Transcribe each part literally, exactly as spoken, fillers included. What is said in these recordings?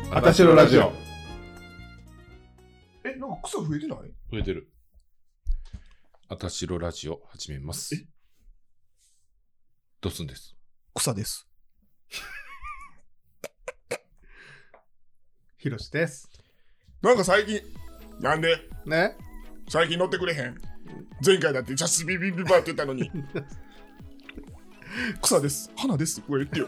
あたしろラジオ。 え、なんか草増えてない？ 増えてる。あたしろラジオ始めます。 えどうすんです？ 草です。 ひろしです。 なんか最近、なんでね、 最近乗ってくれへん？前回だってジャスビビビバって言ったのに。草です。花です。これ言ってよ。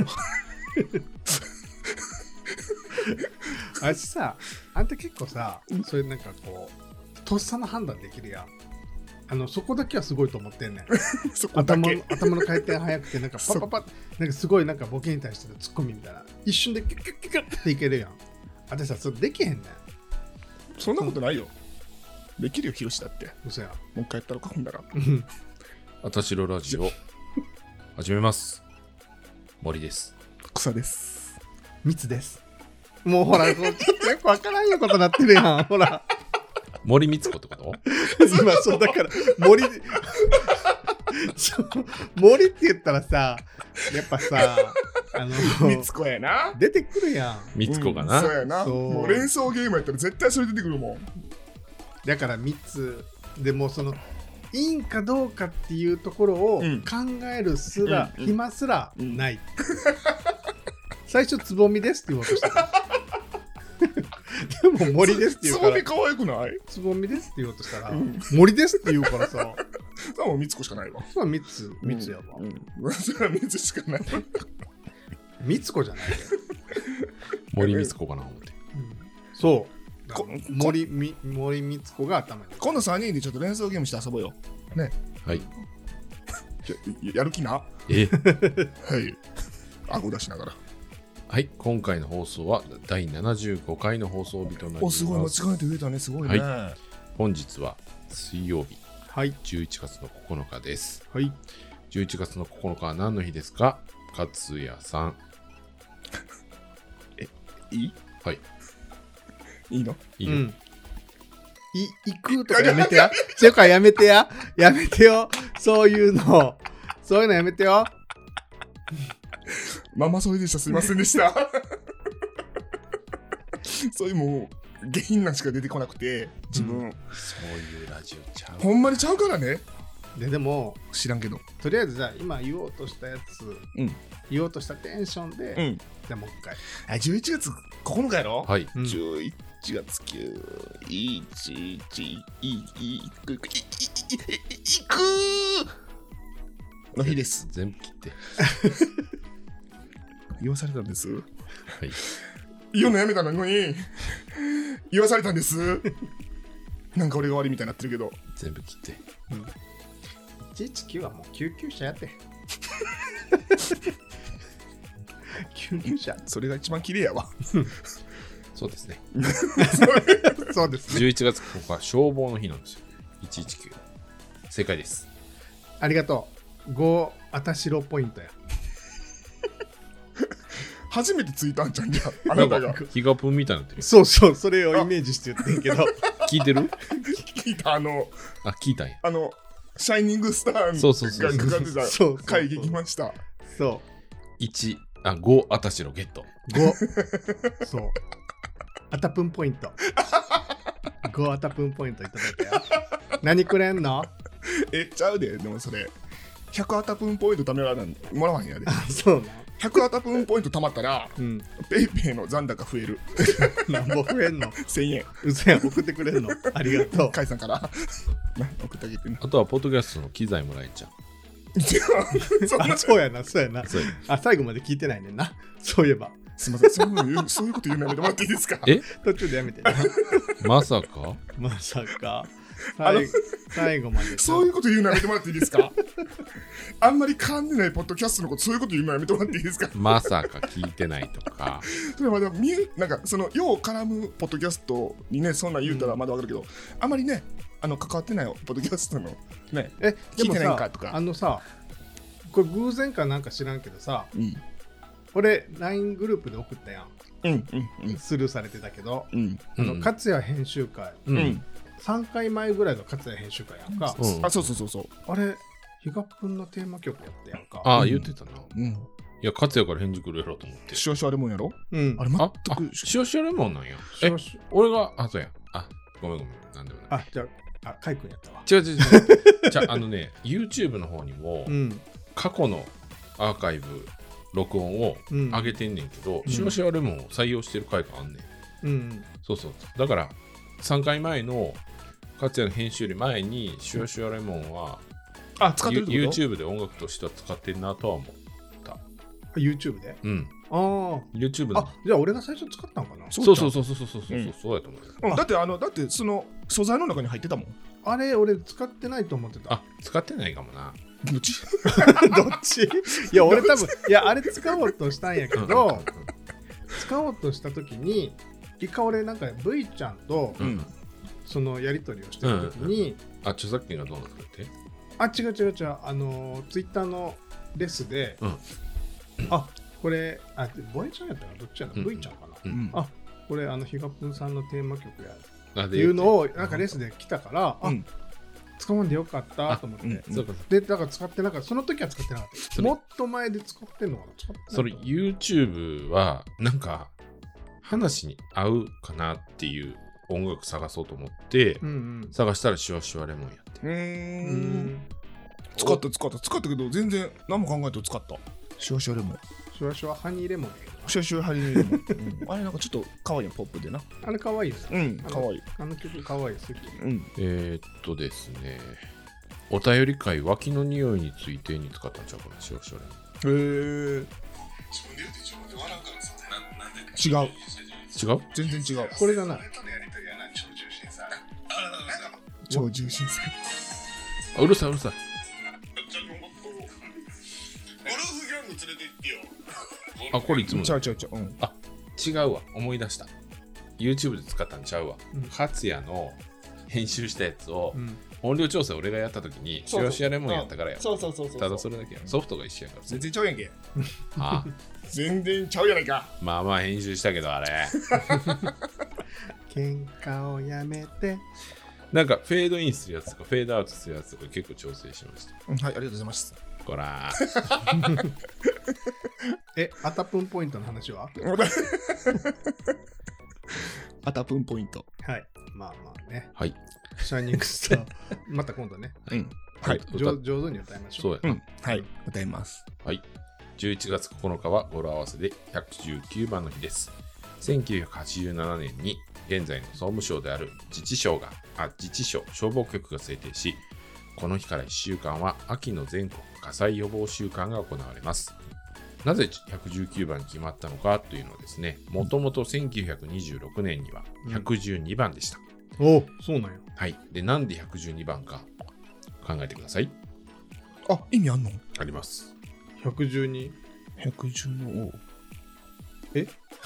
あれさ、あんた結構さ、それなんかこうとっさの判断できるやん。あのそこだけはすごいと思ってんねん。 そこだけ。 頭の頭の回転速くてなんかパパパッなんかすごいなんかボケに対してのツッコミみたいな一瞬でキュッキュッキュッキュッっていけるやん。あたしさそれできへんねん。 そんなことないよ。できるよヒロシだって。 嘘や。 もう一回やったのかほんだら。 あたしろラジオ始めます。森です。 草です。 みつです。もうほら、ちょっとよくわからんよことなってるやん。ほら。 森光子ってこと？ 今そうだから森森って言ったらさ、やっぱさ、あのみつこやな。 出てくるやん。 光子かな、 うん、そうやな。 そうもう連想ゲームやったら絶対それ出てくるもん。 だからみっつでもそのいいんかどうかっていうところを考えるすら、うん、暇すらない、うん、最初つぼみですって言おうとしたでも森ですって言うからつぼみ可愛くない？ つぼみですって言おうとしたら、うん、森ですって言うからさそれはみつこしかないわ。 それはみつみつやわ、 うんうん、それはみつしかない。 みつこじゃない森光子かな思って、 うん、そうこ森み森光子が頭に。 今度さんにんでちょっと連想ゲームして遊ぼうよ。ね。 はい。 や, やる気な？ えはい。顎出しながら。 はい。今回の放送はだいななじゅうごかいの放送日となります。 お、すごい。間違えて増えたね。すごいね。 はい、本日は水曜日。 はい。 じゅういちがつのここのかです。 はい。 じゅういちがつのここのかは何の日ですか？勝也さん。 え、いい？ はい。 いいの？ いいよ。 うん、い、行くとかやめてや。強かやめてや。やめてよ。そういうの。そういうのやめてよ。 まあまあそれでした。すいませんでした。そういうもう下品なんしか出てこなくて自分、うん、 そういうラジオちゃう。 ほんまにちゃうからね。 ででも知らんけど。 とりあえずじゃあ今言おうとしたやつ、 うん、 言おうとしたテンションで、うん、じゃあもう一回。 あ、じゅういちがつここのかやろ？ はい。 じゅういちがつきゅう、いち、いち、い、い、く、い、い、い、いくの日です。 全部切って。 言わされたんです。 はい。 言うのやめたのに言わされたんです。なんか俺が悪いみたいになってるけど。 全部切って。 うん、いちいちきゅうはもう救急車やって。救急車。 それが一番綺麗やわ。 そうですね。 そうですね。 じゅういちがつここは消防の日なんですよ。いちいちきゅう。正解です。 ありがとう。ごあたしろポイントや。 初めてついたんじゃんじゃあ。あなたが。 ヒガプンみたいになってる。 そうそう、それをイメージして言ってんけど。 聞いてる？ 聞いた。あの、 あ、聞いたんや。 あの、シャイニングスターがかかってた回聞きました。 そう。 いち、あ、ごあたしろゲット。 ご。そう。あたぷんポイント。ごあたぷんポイントいただいたよ。何くれんの？ え、ちゃうで、でもそれ。ひゃくあたぷんポイント貯められんもらわへんやで。 そうな。 ひゃくあたぷんポイント貯まったら、 うん、 ペイペイの残高増える。 なんぼ増えんの？ せんえん。 うそやん、送ってくれんの？ありがとう。 甲斐さんから送ってあげてね。 あとはポッドキャストの機材もらえちゃう。 そ, あそうやな、そうやな。そうやあ、最後まで聞いてないねんな。そういえば。 すみません、そういうのそういうこと言うのやめてもらっていいですか？ え途中でやめて。 まさかまさか。最, 最後までそういうこと言うのやめてもらっていいですか？あんまり噛んでないポッドキャストのことそういうこと言うのやめてもらっていいですか？ まさか聞いてないとか。 それはまだ見えなんかそのよう絡むポッドキャストにねそんなん言うたらまだわかるけど、うん、あんまりねあの関わってないよポッドキャストのねえ聞いてないんかとか。 あのさこれ偶然かなんか知らんけどさ、うん、俺 ライン グループで送ったやん。 うんうんうん、 スルーされてたけど、 うん、 あの勝也編集会、 うん、 さんかいまえぐらいが勝也編集会やんか、 うん、あそうそうそうそうあれヒガプンのテーマ曲やったやんか。 ああ、うん、言ってたな、 うん、 いや、勝也から返事来るやろと思って。 シュワシュワレモンやろうんあれあ、あ全くシュワシュワレモンなんや。え少、し俺が、あ、そうや。あ、ごめんごめん。なんでもない。 あじゃああカイ君やったわ。 違う違う違う。じゃあ、あのね、YouTube の方にも、 うん過去のアーカイブ、録音をうん上げてんねんけど、 うんシュワシュワレモンを採用してる回があんねん。 うんそうそう。だから、さんかいまえの勝也の編集より前に、シュワシュワレモンは、 あ、使ってるってこと YouTube で音楽としては使ってるなとは思う。 あ YouTube でうん。 あ YouTube の。 ああじゃあ俺が最初使ったのかな。 そうそうそうそうそうそうそううんそうやと思うよ。 うん、だってあのだってその素材の中に入ってたもん。 あれ俺使ってないと思ってた。 あ、使ってないかもな。 どっちどっちいや俺多分いやあれ使おうとしたんやけうんうんど使おうとした時に一回俺なんか V ちゃんとうんうんそのやり取りをしてる時に、 あ、著作権がどうなってるってあ違う違う違うあのツイッターのレスで、 うんあこれあボエちゃんやったらどっちやな、 うん V ちゃんかな、 うんうんあこれあのヒガプンさんのテーマ曲やあっていうのをなんかレスで来たから、あうん使わんでよかったと思って、 うんそうか。 でだから使ってなかったその時は使ってなかったそれもっと前で使ってんのかな使ってないそれ YouTube はなんか話に合うかなっていう音楽探そうと思ってうんうん探したらシュワシュワレモンやって。 うーうんん使った使った使ったけど全然何も考えて使った。シュワシュワレモン。 シュワシュワハニーレモンやけどなシュワシュワハリーレモン。うんあれなんかちょっと可愛いのポップでな。 あれかわいいよね、 うん可愛い。 あの曲かわいい好きうん。 えー、っとですね、お便り会脇の匂いについてに使ったんちゃうかな、シュワシュワレモン。 へえ。違う。 違う全然違う。 これじゃない超重心さ。 あ、うるさいうるさい。あ、これいつものちゃうちゃうちゃう。うん。 違うわ、思い出した。YouTube で使ったんちゃうわ。 うん勝也の編集したやつを、 うん音量調整俺がやった時に、シュワシュワレモンやったからや。 そうそうそうそう。 ただそれだけや。ソフトが一緒やから。 全然ちゃうやんけ。 あ全然ちゃうやないか。 まあまあ編集したけどあれ。 喧嘩をやめてなんかフェードインするやつとかフェードアウトするやつとか結構調整しました。 うんはい、ありがとうございます。 こらえアタプンポイントの話はあたぷんポイント。 はいまあまあねはい。 シャイニングスターまた今度ねうん。はい。 上上手に歌いましょうそうやな。 うん。はい。歌います。 はい。じゅういちがつここのかは語呂合わせでひゃくじゅうきゅうばんの日です。せんきゅうひゃくはちじゅうななねんに現在の総務省である自治省が、あ、自治省消防局が制定し、この日からいっしゅうかんは秋の全国火災予防週間が行われます。なぜひゃくじゅうきゅうばんに決まったのかというのはですね、もともとせんきゅうひゃくにじゅうろくねんにはひゃくじゅうにばんでした。 おそうなんやはい。で、なんでひゃくじゅうにばんか考えてください。 あ、意味あんのあります。 ひゃくじゅうに ? ひゃくじゅうの王。 え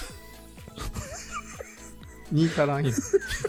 に足らんやん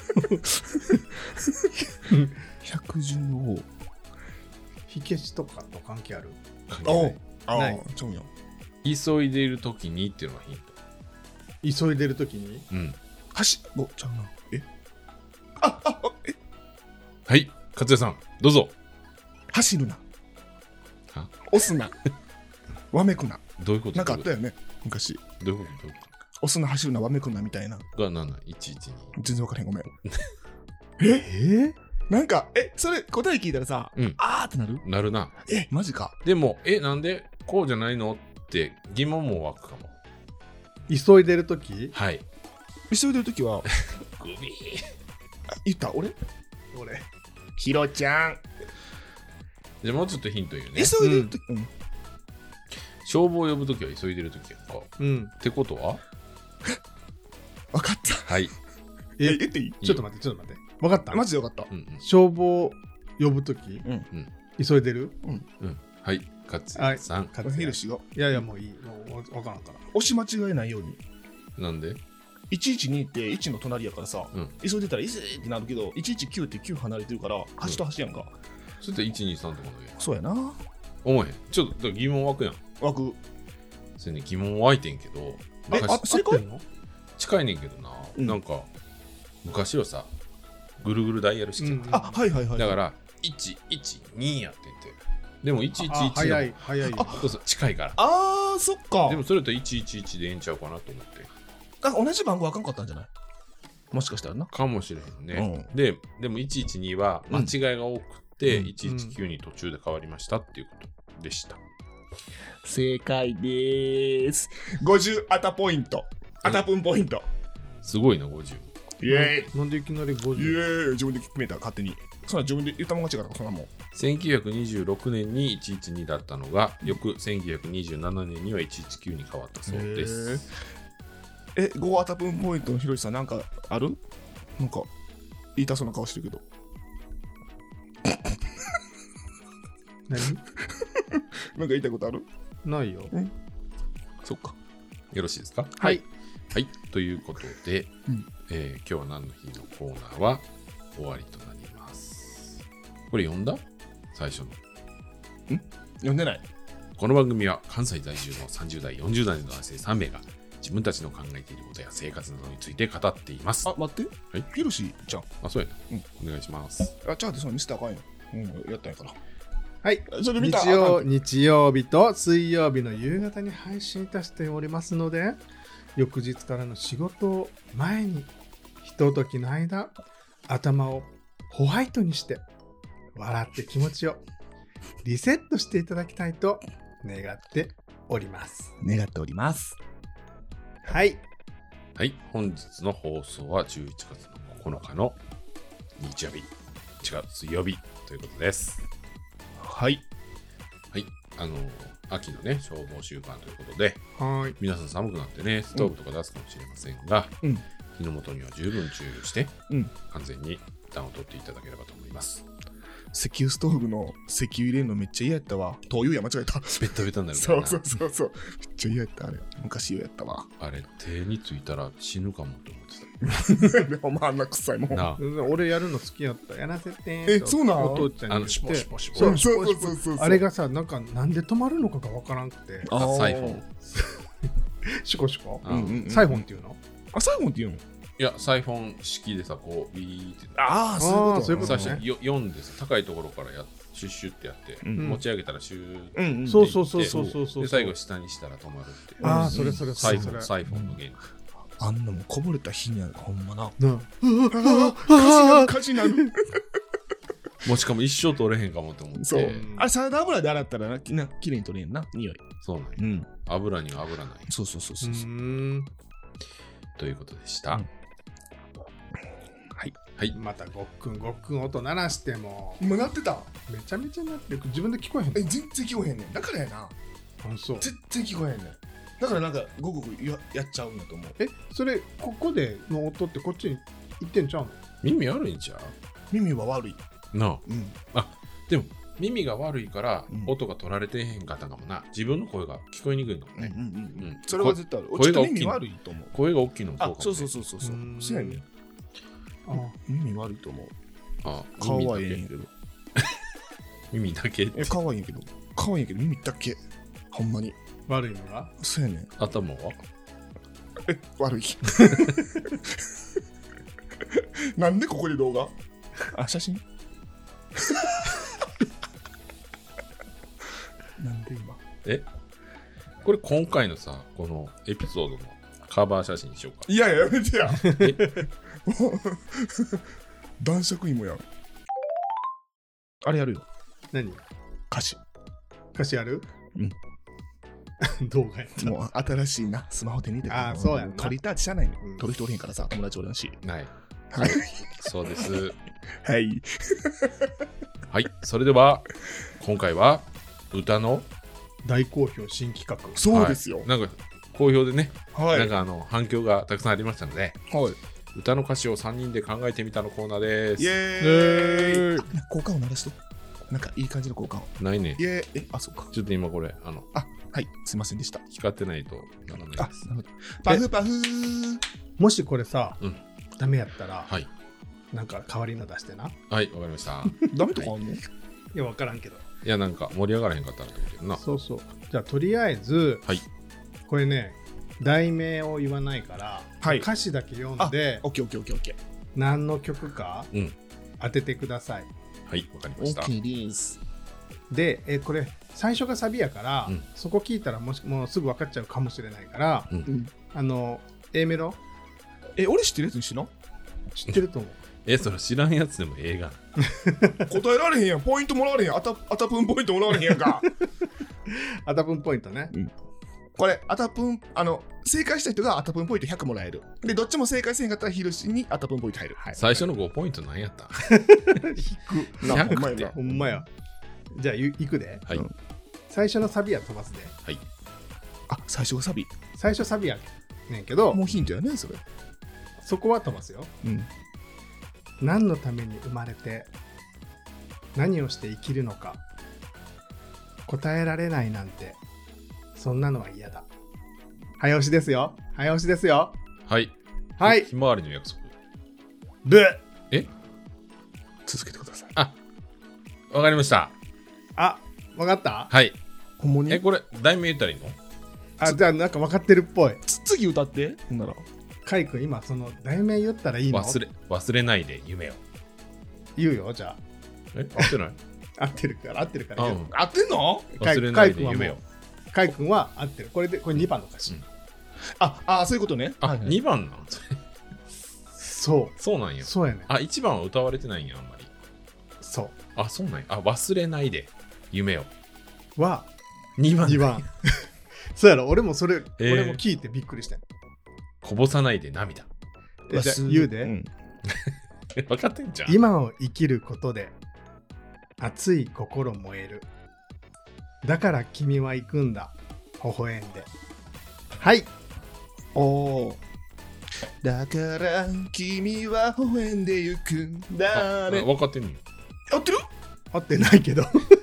ひゃくじゅうの王。 火消しとかと関係ある関係ないあないあ、ちゃうやん。 急いでいる時にっていうのがヒント。 急いでるときにうん。 走お、ちゃうな。えあ、あ、あ、えはい。勝也さん、どうぞ。 走るな。 は押すな。わめくな。 どういうことなんかあったよね。昔。 どういうことどういうこ押すな、走るな、わめくなみたいな。 とが何なんいちいちに。 全然わからへん、ごめん。 えなんか、え、それ答え聞いたらさ、 うんあーってなるなるな。 え、マジか。 でも、え、なんでこうじゃないのって疑問も湧くかも。 急いでるときはい。 急いでるときは、 グビー。 あ言った俺俺ひろちゃん。 じゃあもうちょっとヒント言うね。 急いでるとき、うん。 消防を呼ぶときは急いでるときやんか。 うんってことはわかった。 はい。 え、 え言っていいちょっと待ってちょっと待ってわかったマジでわかった。 うん消防呼ぶときうん。 急いでるうん。うん。はい。勝也さん。 勝也ヘルシーが。 いやいやもういいもうわからんから押し間違えないように。 なんでいちいちにっていちの隣やからさ、 うん急いでたらいちってなるけど、いちいちきゅうってきゅう離れてるから、端と端やんか。 ちょっといちにさんとかの上。 そうやな。 思えへん。ちょっとだから疑問湧くやん。 枠。 それね、疑問湧いてんけど、 え昔あ正解合ってんの近いねんけどな、 うんなんか昔はさぐるぐるダイヤル式やん、 うんあ、はいはいはい。 だからいちいちにやってんてでもいちいちいちのあ早い早いあそうそう近いからああーそっか。 でもそれといちいちいちでええんちゃうかなと思ってあ同じ番号あかんかったんじゃない？もしかしたらな。 かもしれへんね、 うん、 ででもいちいちには間違いが多くて、 うんいちいちきゅうに途中で変わりましたっていうことでした、 正解でーす。ごじゅうあたポイント。あたぷんポイント。 すごいなごじゅう。 イエーイ。 なんでいきなりごじイエゅう？ ーイ。自分で決めた勝手に。そんな自分で言ったもんが違うからそんなもん。 せんきゅうひゃくにじゅうろくねんにいちいちにだったのが翌せんきゅうひゃくにじゅうななねんにはいちいちきゅうに変わったそうです。 えごあたぷんポイントのひろしさんなんかある？なんか言いたそうな顔してるけど。 何？ なんか言いたいことある？ ないよ。 そっか。 よろしいですか？ はい。 はい、ということで、 うんえー今日は何の日のコーナーは終わりとなります。これ読んだ？最初の。 読んでない。 この番組は関西在住のさんじゅうだい、よんじゅうだいの男性さんめいが自分たちの考えていることや生活などについて語っています。 あ、待って。 はい。 ひろしちゃん。 あ、そうやな、お願いします。 あ、チャーでその見せたらあかんよ。うん、やったんやから。 はい。 それ見た日曜、日曜日と水曜日の夕方に配信いたしておりますので、翌日からの仕事を前に、ひとときの間、頭をホワイトにして、笑って気持ちをリセットしていただきたいと願っております。 願っております。 はい。 はい、本日の放送はじゅういちがつのここのかの日曜日、違う、水曜日ということです。 はい。 はい、あの、秋のね、消防週間ということで、 はい。 皆さん寒くなってね、ストーブとか出すかもしれませんが、 うん。 火の元には十分注意して、 うん。 安全に暖を取っていただければと思います。 石油ストーブの石油入れるのめっちゃ嫌やったわ。灯油や間違えた。 ベタベタになるからな。 そうそうそうそう。めっちゃ嫌やったあれ。昔嫌やったわ。 あれ、手についたら死ぬかもと思ってでもまああんな臭いもん。 た。なあ、 俺やるの好きやった。やらせて。 えそうなんお父ちゃんにあの、 言ってシュポシュポシュポ。 そうそうそうそうそう。 あれがさ、なんかなんで止まるのかがわからんくて。 あサイフォン。 シュコシュコ。 あうんうんうんサイフォンっていうの？ あ、サイフォンって言うの？ いや、サイフォン式でさ、こう、ビーって。 ああ、 あーそういうことね最初よ読んでさ、高いところからやシュッシュってやって、 うん持ち上げたらシューってうんうん。 そうそうそうそうそうそう。 で最後下にしたら止まるっていう。 ああ、それそれそれそれサイフォン、。サイフォンの原理。 あんなもんこぼれた日にはほんまな。 なあ火事になる、火事になる。 もうしかも一生取れへんかもと思って。 そう。あれ、サラダ油で洗ったらな、きな綺麗に取れんな、匂い。 そうなんや。 うん。 油には油ない。 そうそうそううそうそう。 ーん。 ということでした。 うんはい。 はい。 またごっくんごっくん音鳴らしても今なってた。 めちゃめちゃ鳴ってる。自分で聞こえへんの？ え、全然聞こえへんねん。だからやな。 あ、そう。 全然聞こえへんねん。だからなんか、ごくごくややっちゃうんだと思う。 え、それここでの音ってこっちに行ってんちゃうの？ 耳悪いんちゃ耳は悪い。 うなあ。 うん。 でも、耳が悪いからうん音が取られてへんかったかもな。自分の声が聞こえにくいのもね。 うんうんうん。 うんそれは絶対ある。 声ちょっとが大きい耳悪いと思う。 声が大きいのもそうかも、ね。 あ、そうそうそうそうそううーん。 そうやねん。 あ、 耳悪いと思う。 あ顔耳だけはいいんやけど。 耳だけえ、顔はいいんやけど。顔はいいんやけど、耳だけ。ほんまに。 悪いのが？ そうやねん。 頭はえ、悪い。なんでここで動画？あ、写真なんで今？ えこれ今回のさ、このエピソードのカバー写真にしようか。 いやいや、やめてや。もう男爵芋やん。あれやるよ。 何？ 歌詞。 歌詞ある？ うん。 動画やった。 もう新しいな、スマホ手に入れて。 あーそうやんな撮りたいしゃないねうんん。撮る人おれへんからさ、友達おれんし。 はい。 はい。 そうです。 はい。 はい。それでは、今回は歌の、 大好評新企画。 そうですよ。 はいなんか好評でね、 はい。 なんかあの反響がたくさんありましたので、 はい。 歌の歌詞をさんにんで考えてみたのコーナーです。 イエーイ。効果音鳴らして。なんかいい感じの効果音。 ないね。 イエーイ。え、あ、そうか。 ちょっと今これ、あの、 あ、はい。すいませんでした。 光ってないとならないあで、す。 なるほど。パフパフー。 もしこれさ、 うんダメやったら、 はい。 なんか代わりの出してな。 はい、わかりました。 ダメとかあんの？ いや、わからんけど。 いや、なんか盛り上がらへんかったらってことやな。 そうそう。じゃあ、とりあえず、 はい。 これね、題名を言わないから、 はい歌詞だけ読んで、 オッケーオッケーオッケーオッケー。 何の曲かうん。 当ててください。 はい、わかりまオッした。 ケーです。 で、えーこれ最初がサビやから、 うん、 そこ聞いたらもしもうすぐ分かっちゃうかもしれないから、 うん、 あの A メロえ俺知ってるやつにしな。 知ってると思う。 えそれ知らんやつでも映画答えられへんやん。ポイントもらわれへん。あたあたぷんポイントもらわれへんやんか。 アタプンポイントね、 うん、これあたぷんあの正解した人があたぷんポイントひゃくもらえる。でどっちも正解せんかったらヒロシにあたぷんポイント入る。 はい、 最初のごポイント何やった引くなほんまやな。 ほんまや。じゃあいくで、 はい、 うん、最初のサビは飛ばすで。 はい。 あ最初がサビ。 最初サビやねんけど、 もうヒントやねそれ。 そこは飛ばすよ。 うん。 何のために生まれて何をして生きるのか答えられないなんて、そんなのは嫌だ。早押しですよ。早押しですよ。 はいはい。 ひまわりの約束。 ブえ続けてください。 あわかりました。 あ、わかった。 はい。 ほんまに。 えこれ題名言ったらいいの？ あ、じゃあなんか分かってるっぽい。 つ次歌ってほんなら。 カイ君今その題名言ったらいいの？ 忘れ忘れないで夢を。 言うよ。じゃあえ合ってない？ 合ってるから合ってるから言う。 合ってんの？ 忘れないで夢を。 カイ君は合ってる。これでこれにばんの歌詞、うん、 ああそういうことね。 あ、 はいはい、 にばんなんそうそうなんや。 そうやね。 あいちばんは歌われてないんやあんまり。 そうあそうなんや。あ忘れないで夢をはにばんにばんそうやろ。俺もそれ、 えー、 俺も聞いてびっくりしたよ。 こぼさないで涙。 えじゃあ言うで、うん、 分かってんじゃん。 今を生きることで熱い心燃える。だから君は行くんだ微笑んで。はい。 おーだから君は微笑んでゆくんだね。 分かってんのよ。 合ってる？ 合ってないけど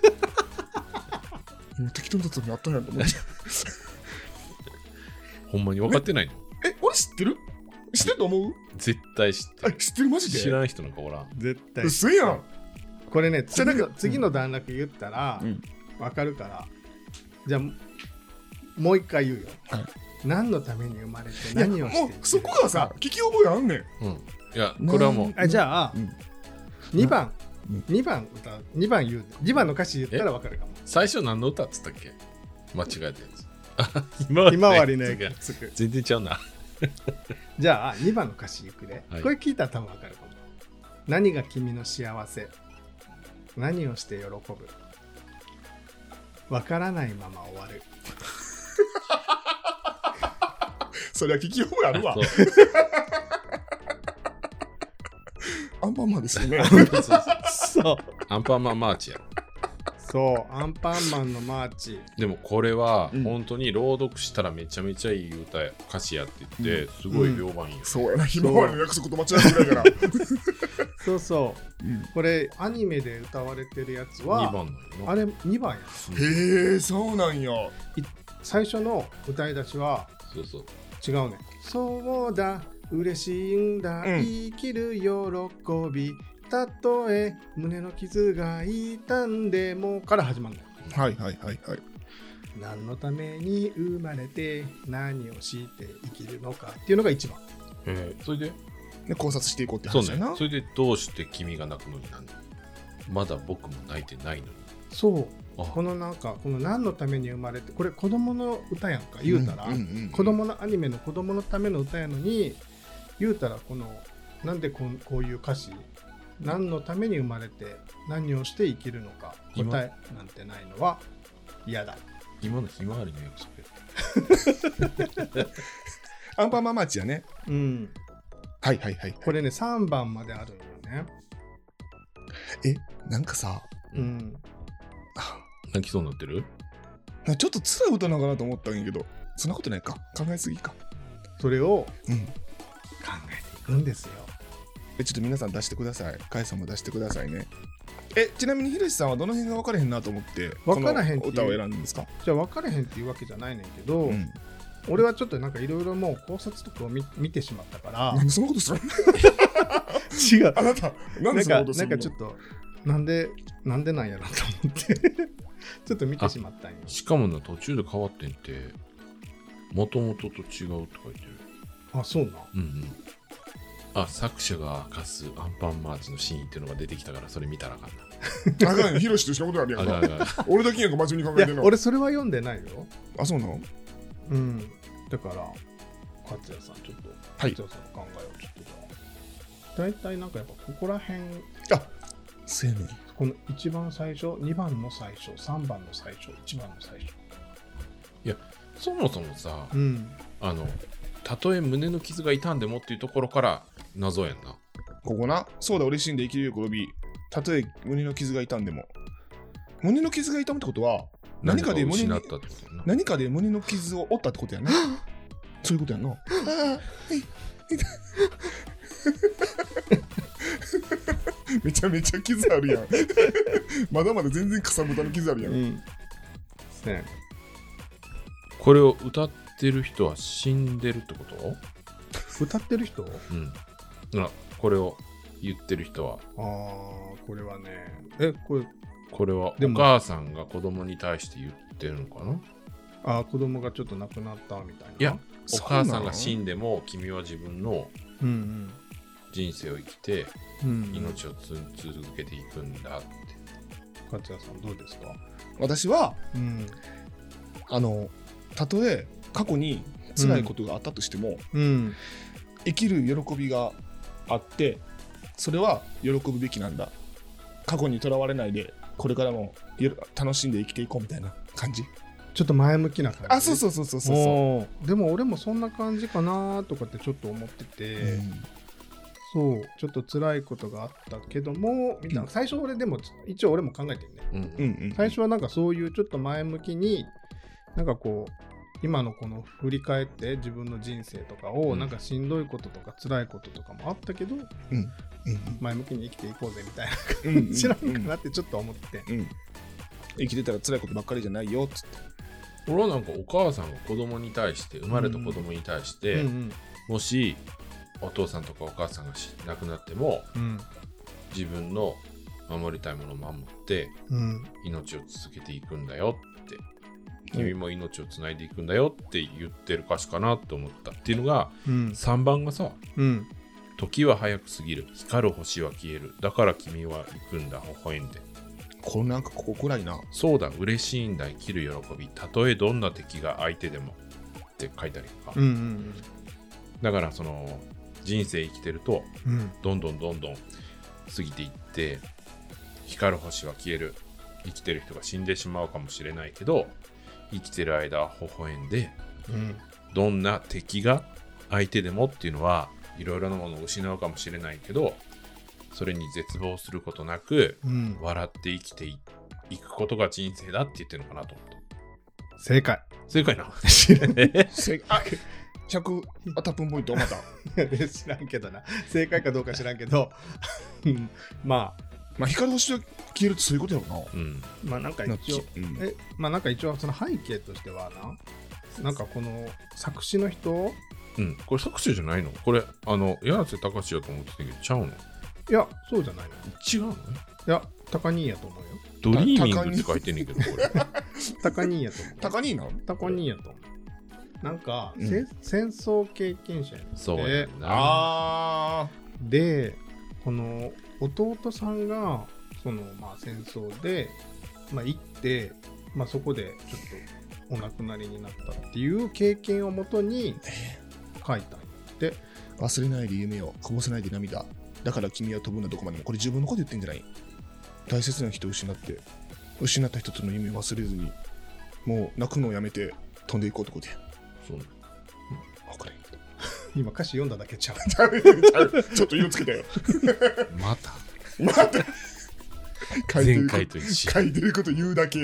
今適当なやつにあったんやと思ってほんまに分かってないの？ え俺知ってる？知ってると思う？ 絶対知ってる。 知ってるマジで？知らん人なんかおらん。 絶対嘘やん。 これね次の、次の段落言ったら、うん、分かるから。じゃあもう一回言うよ、はい、何のために生まれて何をしている。 もうそこがさ聞き覚えあんねん、 うん、いやこれはもうあじゃあ、うん、にばん、うん、にばん歌うにばん言うにばんの歌詞言ったら分かるかも。 最初何の歌っつったっけ？間違えたやつひまわりのやつ全然ちゃうなじゃあにばんの歌詞いくで、はい、これ聞いたら多分分かるかも。何が君の幸せ、何をして喜ぶ、わからないまま終わるそれは聞き覚えあるわアンパンマンですよねそうアンパンマンマーチや。 そうアンパンマンのマーチ。 でもこれは本当に朗読したらめちゃめちゃいい歌や歌詞やって言って、うん、すごい評判いいよ、ね、 そうやな。ひまわりの約束と間違えてないからそうそう、うん、これアニメで歌われてるやつはにばんなんあれにばんや。 へえそうなんや。 最初の歌い出しはそうそう違うね。そうだ嬉しいんだ、うん、生きる喜び、たとえ胸の傷が痛んでもから始まるのよ。 はいはいはいはい。 何のために生まれて何をして生きるのかっていうのがいちばん。 えー、それでで考察していこうって話だな。 そうね。それでどうして君が泣くのになんだ。まだ僕も泣いてないのに。 そうこのなんかこの何のために生まれて、これ子供の歌やんか言うたら、うんうんうんうん、子供のアニメの子供のための歌やのに言うたらこのなんでこう、こういう歌詞、何のために生まれて何をして生きるのか答えなんてないのは嫌だ。 今のひまわりの約束アンパンマンマーチやね。 うんはいはいはい、はい、 これねさんばんまであるのよね。 えなんかさ、 うん泣きそうになってる？ ちょっと辛い歌なのかなと思ったんやけど、そんなことないか。考えすぎか。 それを、 うん、 考えていくんですよ。 えちょっと皆さん出してください。カイさんも出してくださいね。えちなみにひろしさんはどの辺が分からへんなと思って分からへんこの歌を選んだんですか？ じゃあ分からへんっていうわけじゃないねんけど、うん、俺はちょっとなんかいろいろもう考察とかを 見, 見てしまったから。 なんでそんなことする違う。 あなたなんでそんなことするの？ なんかちょっとなんでなんでなんやろと思ってちょっと見てしまったんよ。 しかもな途中で変わってんて、もともとと違うって書いてる。 あそうな。 うんうん。あ作者が明かすアンパンマーチのシーンっていうのが出てきたから、それ見たらあかんな。 あかんよ、ヒロシとしたことあるやんか。 あれあれあれ俺だけやんか、真面目に考いやえてんの。 俺それは読んでないよ。 あ、そうなの？ うんだから勝也さんちょっとはい勝也さんの考えをちょっとじゃあ大体なんかやっぱここら辺あ、せやねん。 このいちばん最初にばんの最初さんばんの最初いちばんの最初そもそもさ、 うんあのたとえ胸の傷が痛んでもっていうところから謎やんな。 ここな、そうだ、俺死んで生きる喜び。たとえ胸の傷が痛んでも。胸の傷が痛むってことは、何かで胸に失ったってことやな。 何かで胸の傷を負ったってことやな。そういうことやな。めちゃめちゃ傷あるやん。まだまだ全然かさぶたの傷あるやん。 うんそうやねこれを歌ってる人は死んでるってこと？ 歌ってる人うん。だからこれを言ってる人は、 あーこれはねえこれこれはでもお母さんが子供に対して言ってるのかな？ あー子供がちょっと亡くなったみたいな。 いや、お母さんがん死んでも君は自分のうん人生を生きてうんうん命をつ続けていくんだって。 勝也さんどうですか？ 私は、 うんあの、たとえ過去に辛いことがあったとしても、 うん生きる喜びがあって、それは喜ぶべきなんだ。過去にとらわれないで、これからもよ楽しんで生きていこうみたいな感じ。 ちょっと前向きな感じ。 あ、そうそうそうそうそう。 おーでも俺もそんな感じかなとかってちょっと思ってて、 うんそうちょっと辛いことがあったけどもみたいな、 うん最初俺でも一応俺も考えてるね。 うんうんうん、 最初はなんかそういうちょっと前向きになんかこう今のこの振り返って自分の人生とかをうんなんかしんどいこととか辛いこととかもあったけど、 うんうん前向きに生きていこうぜみたいなうんうん知らんかなってちょっと思って、 うん、生きてたら辛いことばっかりじゃないよっつって。 俺はなんかお母さんが子供に対して生まれた子供に対して、 うんうんもしお父さんとかお母さんがし亡くなってもうん自分の守りたいものを守ってうん命を続けていくんだよって君も命をつないでいくんだよって言ってる歌詞かなと思ったっていうのがうんさんばんがさうん時は早く過ぎる光る星は消えるだから君は行くんだ微笑んでこれなんかここ暗いな。 そうだ嬉しいんだ生きる喜びたとえどんな敵が相手でもって書いてあるか、 うんうんだからその人生生きてるとうんどんどんどんどん過ぎていって光る星は消える生きてる人が死んでしまうかもしれないけど生きてる間は微笑んでうんどんな敵が相手でもっていうのはいろいろなものを失うかもしれないけどそれに絶望することなくうん笑って生きていくことが人生だって言ってるのかなと思った正解正解な知らんえせあひゃくアタップンポイントまた。 知らんけどな正解かどうか知らんけどうんまあまあ光る星は消えるってそういうことやろうんまあなんかな。 一応うんえまあなんか一応その背景としてはななんかこの作詞の人うんこれ作詞じゃないのこれあの柳瀬隆やと思ってたけどちゃうのいやそうじゃないの違うのいや高兄やと思うよドリーミングって書いてんねんけどこれ高兄やと思う高兄なん高兄やと思うなんか、 うんせ戦争経験者やねんそうやでんなあでこの弟さんがそのまあ戦争でまあ行ってまあそこでちょっとお亡くなりになったっていう経験をもとに書いたんやってー忘れないで夢をこぼせないで涙だから君は飛ぶんだどこまでも。これ自分のこと言ってんじゃない。大切な人を失って失った人との夢を忘れずにもう泣くのをやめて飛んでいこうってことや。 そう分かれへん今歌詞読んだだけちゃうちゃうちゃうちょっと色つけたよ。 また待って書いて前る回と一緒書いてること言うだけ。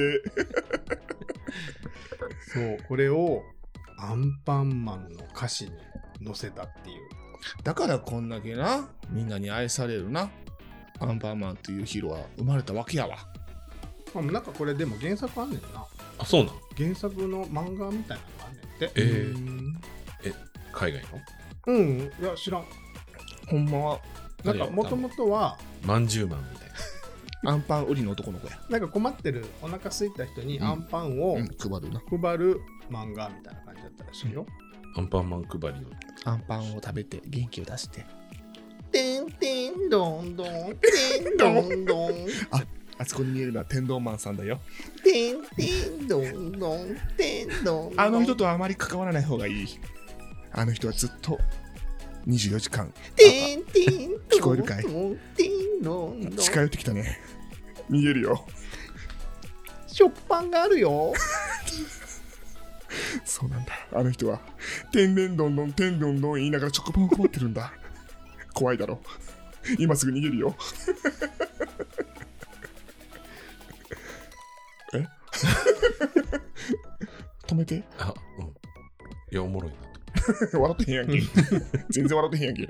そうこれをアンパンマンの歌詞に載せたっていうだからこんだけなみんなに愛されるなアンパンマンというヒーローは生まれたわけやわ。 まあなんかこれでも原作あんねんなあそうなの原作の漫画みたいなのがあんねんってえーうん海外のうんいや知らんほんまはなんかもともとはまんじゅうマンみたいなアンパン売りの男の子や。 なんか困ってるお腹空いた人にうんアンパンをうん、配るな。 配る漫画みたいな感じだったらしいよ。 アンパンマン配りのアンパンを食べて元気を出して。 てんてんどんどんてんどんどん。 あそこに見えるのは天童マンさんだよ。 てんてんどんどんてんどんどん。 あの人とはあまり関わらない方がいい。あの人はずっとにじゅうよじかん。 てんてん聞こえるかい？ てんどんどん。 近寄ってきたね。見えるよ。 食パンがあるよ。 そうなんだ。あの人は天然どんどん天どんどん言いながら食パンを配ってるんだ。怖いだろ。今すぐ逃げるよ。え止めて。 あ、うん。いや、おもろいなと。 笑ってへんやんけ。全然笑ってへんやんけ。 い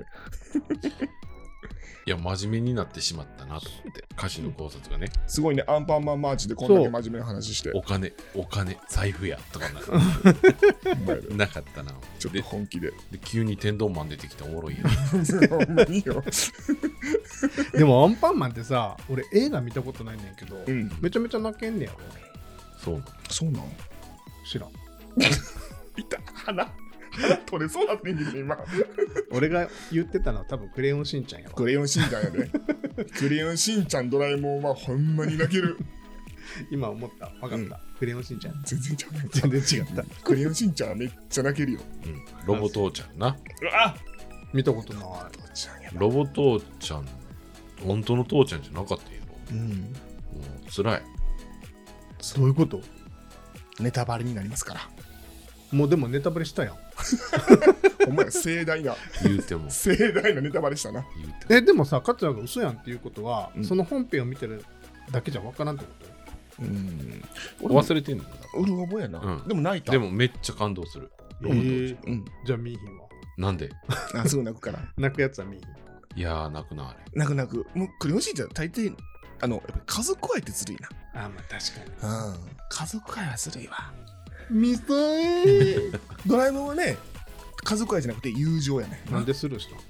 や、真面目になってしまったなと思って、歌詞の考察がね、 すごいね、アンパンマンマーチでこんだけ真面目な話して。 お金、お金、財布やとかなお前らなかったな。 ちょっと本気で。 で、急に天丼マン出てきたおもろいやん。 ほんまによ。 でもアンパンマンってさ、俺映画見たことないねんけど、 うんめちゃめちゃ泣けんねやろ。 そうなの。 そうなん知らん。 いた、鼻。鼻取れそうなってんけど、今。 俺が言ってたのは多分クレヨンしんちゃんやろ。 クレヨンしんちゃんやで。クレヨンしんちゃん、ドラえもんはほんまに泣ける。 今思った。分かった。 うんクレヨンしんちゃん。 全然ちゃうねん。 全然違った。 クレヨンしんちゃんはめっちゃ泣けるよ。 うん。ロボ父ちゃんな。 うわ見たことない。 父ちゃんやな。 ロボ父ちゃん、本当の父ちゃんじゃなかったんやろ。 うん。 もう、辛い。 どういうこと？ ネタバレになりますから。 もうでもネタバレしたやん。 お前盛大な、 言うても、 盛大なネタバレしたな。 言うても。 え、でもさ、勝也が嘘やんっていうことは、 うんその本編を見てるだけじゃ分からんってこうん。 忘れてんのだ。 うる覚えやな。 うんでも泣いた。 でもめっちゃ感動する。 と？ ロボ父ちゃん。 えーうん。 じゃあ見いひんわ。 なんで？ あ、すぐ泣くから。 泣くやつは見いひん。 いやー、泣くな、あれ。 泣く泣く。もうクレヨンしんちゃん大抵、あの、やっぱり家族愛ってずるいな。 あ、まあ確かに。 うん。家族愛はずるいわ。 みそえドラえもんはね、家族愛じゃなくて友情やね。 なんでスルーしたの？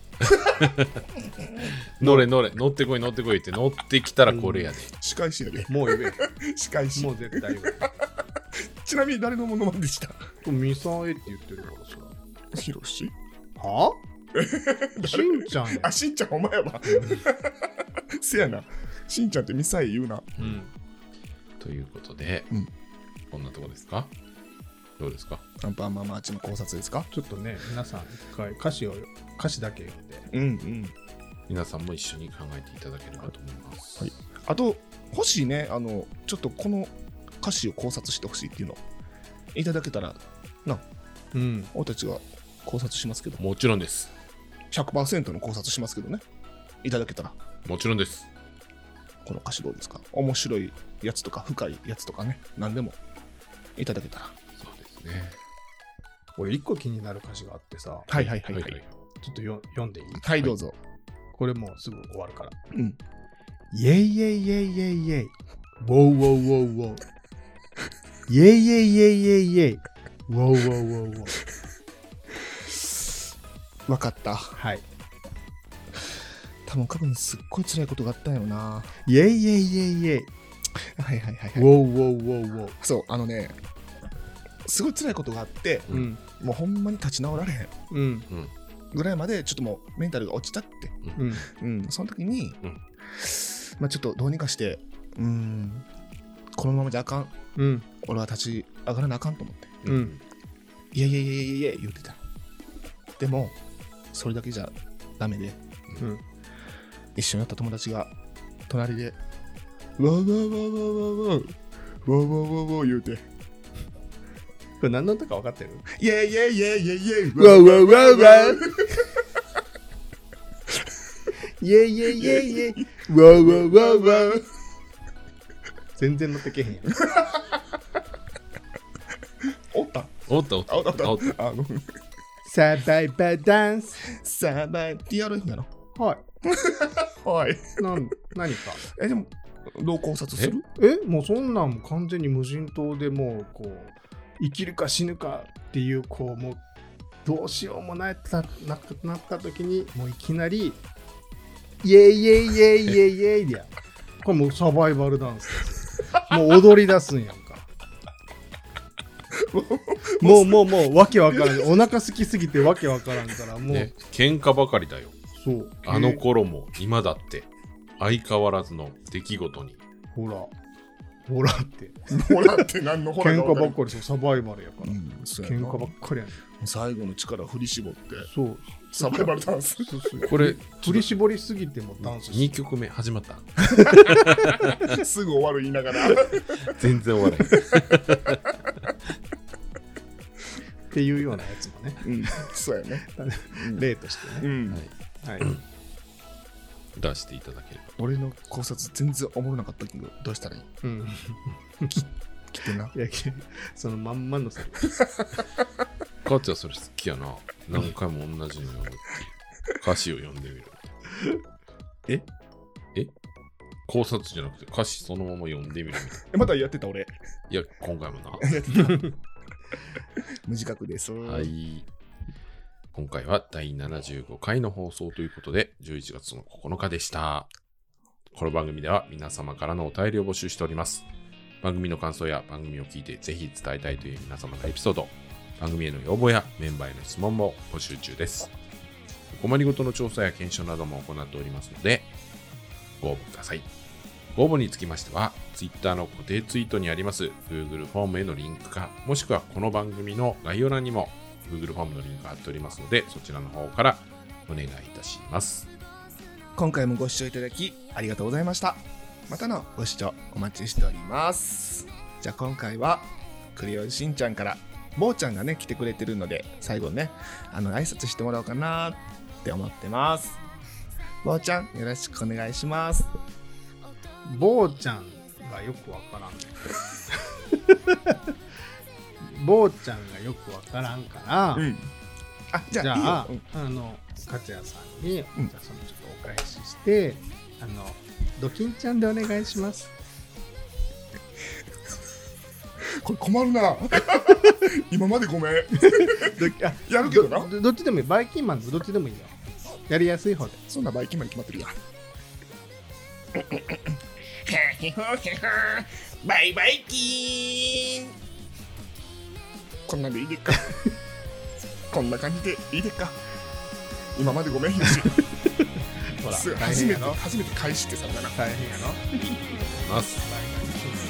乗れ乗れ、乗ってこい乗ってこいって乗ってきたらこれやで。 仕返しやで。 もう言え。 仕返しも。う絶対言え。 ちなみに誰のものまねでした？ ミサエって言ってるからさ。 ヒロシ？ はしんちゃんや。 あ、しんちゃんお前やわ。せやな。しんちゃんってミサイ言うな。 うん。 ということで、 うんこんなとこですか？どうですか？ アンパンマンマーチの考察ですか？ ちょっとね、皆さん一回歌詞を歌詞だけ読んで。 うんうん。 皆さんも一緒に考えていただければと思います。 はいあと、欲しいね、あの、ちょっとこの歌詞を考察してほしいっていうのいただけたら、な、 うん。 俺たちが考察しますけど、 もちろんです。 ひゃくパーセントの考察しますけどね。いただけたら、 もちろんです。 この歌詞どうですか？面白いやつとか、深いやつとかね、何でもいただけたら。 そうですね。 俺一個気になる歌詞があってさ、 はいはいはいはい。 はいはいちょっとよ読んでいい？ はい、どうぞ。 これもうすぐ終わるから。 うん。 イェイイェイイェイイェイイェイ。ウォウウォウウォウウォウ。イェイイェイイェイイェイイェイ。ウォウウォウウォウウォウ。 わかった。 はい。 多分過去にすっごい辛いことがあったんやろな。 イェイイェイイェイイェイ。 はいはいはいウォはい。 ウウォウウォウウォウ。 そう、あのね、すごい辛いことがあって、 ううんん。 もうほんまに立ち直られへんうん。 うん。 ぐらいまでちょっともうメンタルが落ちたって。 うん。 うん、その時に、 うんまあちょっとどうにかして、うーん、このままじゃあかん。 うん。 俺は立ち上がらなあかんと思って。 うん。 いやいやいやいやいや言ってた。でも、それだけじゃダメで、 うん。 一緒になった友達が隣で、わわわわわわわわわわわわ言うて、 これ何の歌か分かってる？ イェイイェイイェイイェイイェイわわわわ。イェイイェイイェイイェイ。わわわわ。全然乗ってけへんやん。 おったおったおったあおったおったおった。 あの、 サバイバーダンス。 サバイ ティーアールエフ やろ。 はい。 はい。 なん何か。 え、でも、どう考察する？ えもうそんなんも完全に無人島でもうこう生きるか死ぬかっていうこうもうどうしようもないってななくなった時にもういきなりイエイイエイイエイイエイイエイでやこれもうサバイバルダンスですもう踊り出すんやんかもうもうもうわけわからんお腹空きすぎてわけわからんからもう、 ね、喧嘩ばかりだよ。 そうあの頃も今だって相変わらずの出来事にほらほらってほらって何のほら喧嘩ばか分かるっかりそうサバイバルやから、 うんそうやな喧嘩ばっかりやね最後の力振り絞ってそうサバイバルダンスそうそうこれ振り絞りすぎてもダンスにきょくめ始まったすぐ終わる言いながら全然終わらへんっていうようなやつもね、 うんそうやね例としてね、 うんはい、 出していただければ。 俺の考察全然おもろなかったけどどうしたらいいうん来てないやそのまんまのさかっちゃんそれ好きやな。何回も同じの読むっていう歌詞を読んでみる。 ええ考察じゃなくて歌詞そのまま読んでみるみたいな。 えまだやってた俺いや、今回もな。 やってた無自覚ですはい。今回はだいななじゅうごかいの放送ということで、じゅういちがつのここのかでした。この番組では皆様からのお便りを募集しております。番組の感想や番組を聞いてぜひ伝えたいという皆様のエピソード、番組への要望やメンバーへの質問も募集中です。お困りごとの調査や検証なども行っておりますので、ご応募ください。ご応募につきましては、Twitter の固定ツイートにあります Google フォームへのリンクか、もしくはこの番組の概要欄にも Google フォームのリンクが貼っておりますので、そちらの方からお願いいたします。 今回もご視聴いただきありがとうございました。またのご視聴お待ちしております。じゃあ今回はクレヨンしんちゃんから坊ちゃんがね来てくれてるので、最後ねあの挨拶してもらおうかなって思ってます。坊ちゃんよろしくお願いします。 坊ちゃんがよくわからん坊ちゃんがよくわからんから、 うん、あじゃあじゃあいいよ、 あの勝也さんに、 うんじゃあそのちょっとお返ししてあのドキンちゃんでお願いします。 これ困るな今までごめんどあやるけどなどどっちでもいい。バイキンマンのどっちでもいいよ。やりやすい方で。 そんなバイキンまで決まってるやんバイバイキーンこんなんでいいでっかこんな感じでいいでっか今までごめんよしほらす大初めて変やろ初めて返してさだな大変やろます。 バイバイ